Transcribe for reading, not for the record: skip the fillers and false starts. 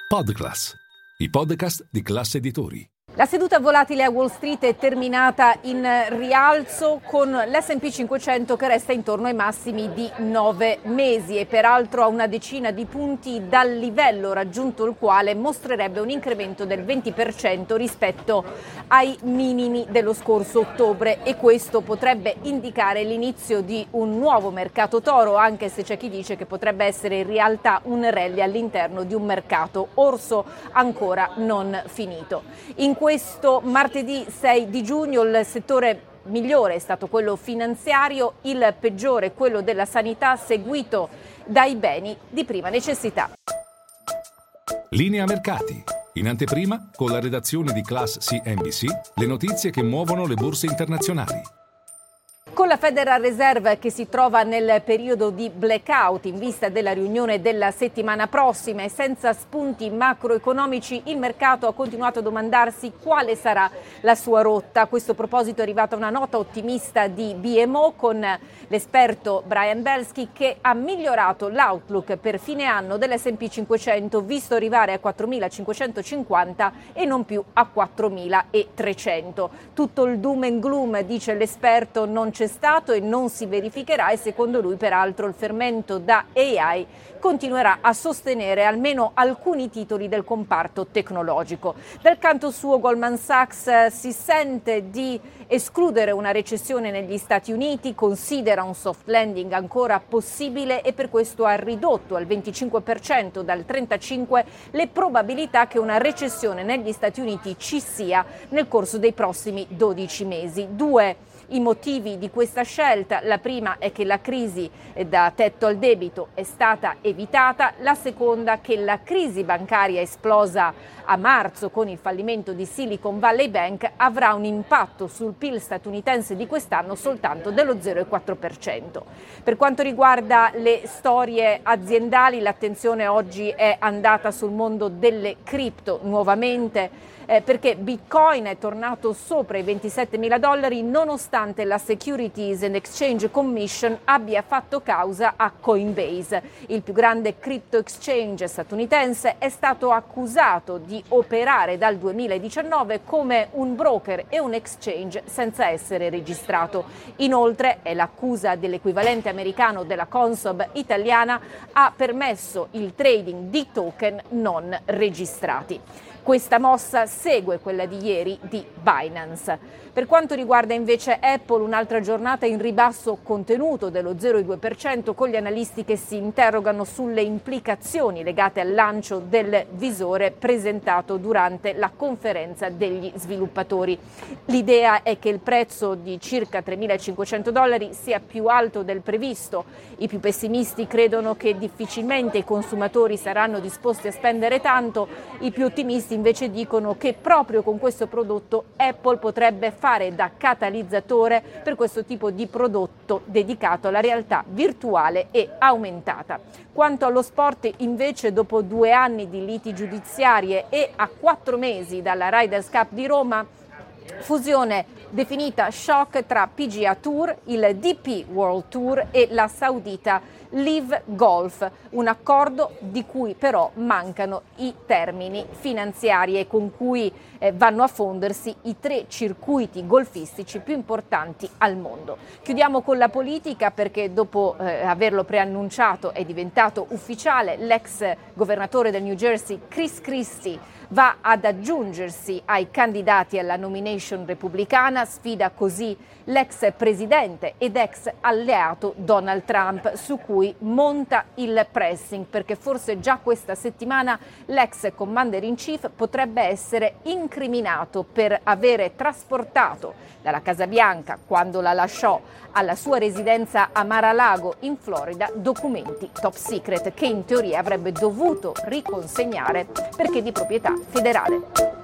Podclass, i podcast di Class Editori. La seduta volatile a Wall Street è terminata in rialzo con l'S&P 500 che resta intorno ai massimi di 9 mesi e peraltro a una decina di punti dal livello raggiunto il quale mostrerebbe un incremento del 20% rispetto ai minimi dello scorso ottobre e questo potrebbe indicare l'inizio di un nuovo mercato toro, anche se c'è chi dice che potrebbe essere in realtà un rally all'interno di un mercato orso ancora non finito. In questo martedì 6 di giugno il settore migliore è stato quello finanziario, il peggiore quello della sanità, seguito dai beni di prima necessità. Linea mercati. In anteprima, con la redazione di Class CNBC, le notizie che muovono le borse internazionali. Con la Federal Reserve che si trova nel periodo di blackout in vista della riunione della settimana prossima e senza spunti macroeconomici, il mercato ha continuato a domandarsi quale sarà la sua rotta. A questo proposito è arrivata una nota ottimista di BMO con l'esperto Brian Belsky che ha migliorato l'outlook per fine anno dell'S&P 500 visto arrivare a 4.550 e non più a 4.300. Tutto il doom and gloom, dice l'esperto, non c'è stato e non si verificherà e secondo lui peraltro il fermento da AI continuerà a sostenere almeno alcuni titoli del comparto tecnologico. Dal canto suo Goldman Sachs si sente di escludere una recessione negli Stati Uniti, considera un soft landing ancora possibile e per questo ha ridotto al 25% dal 35% le probabilità che una recessione negli Stati Uniti ci sia nel corso dei prossimi 12 mesi. I motivi di questa scelta: la prima è che la crisi da tetto al debito è stata evitata, la seconda che la crisi bancaria esplosa a marzo con il fallimento di Silicon Valley Bank avrà un impatto sul PIL statunitense di quest'anno soltanto dello 0,4%. Per quanto riguarda le storie aziendali, l'attenzione oggi è andata sul mondo delle cripto nuovamente, perché Bitcoin è tornato sopra i $27.000 nonostante la Securities and Exchange Commission abbia fatto causa a Coinbase. Il più grande crypto exchange statunitense è stato accusato di operare dal 2019 come un broker e un exchange senza essere registrato. Inoltre è l'accusa dell'equivalente americano della Consob italiana ha permesso il trading di token non registrati. Questa mossa segue quella di ieri di Binance. Per quanto riguarda invece Apple, un'altra giornata in ribasso contenuto dello 0,2% con gli analisti che si interrogano sulle implicazioni legate al lancio del visore presentato durante la conferenza degli sviluppatori. L'idea è che il prezzo di circa $3.500 sia più alto del previsto. I più pessimisti credono che difficilmente i consumatori saranno disposti a spendere tanto, i più ottimisti invece dicono che proprio con questo prodotto Apple potrebbe fare da catalizzatore per questo tipo di prodotto dedicato alla realtà virtuale e aumentata. Quanto allo sport invece, dopo 2 anni di liti giudiziarie e a 4 mesi dalla Riders Cup di Roma, fusione definita shock tra PGA Tour, il DP World Tour e la saudita Live Golf, un accordo di cui però mancano i termini finanziari e con cui vanno a fondersi i 3 circuiti golfistici più importanti al mondo. Chiudiamo con la politica perché dopo averlo preannunciato è diventato ufficiale, l'ex governatore del New Jersey Chris Christie va ad aggiungersi ai candidati alla nomination repubblicana, sfida così l'ex presidente ed ex alleato Donald Trump, su cui monta il pressing perché forse già questa settimana l'ex commander in chief potrebbe essere incriminato per avere trasportato dalla Casa Bianca, quando la lasciò, alla sua residenza a Mar-a-Lago in Florida, documenti top secret che in teoria avrebbe dovuto riconsegnare perché di proprietà federale.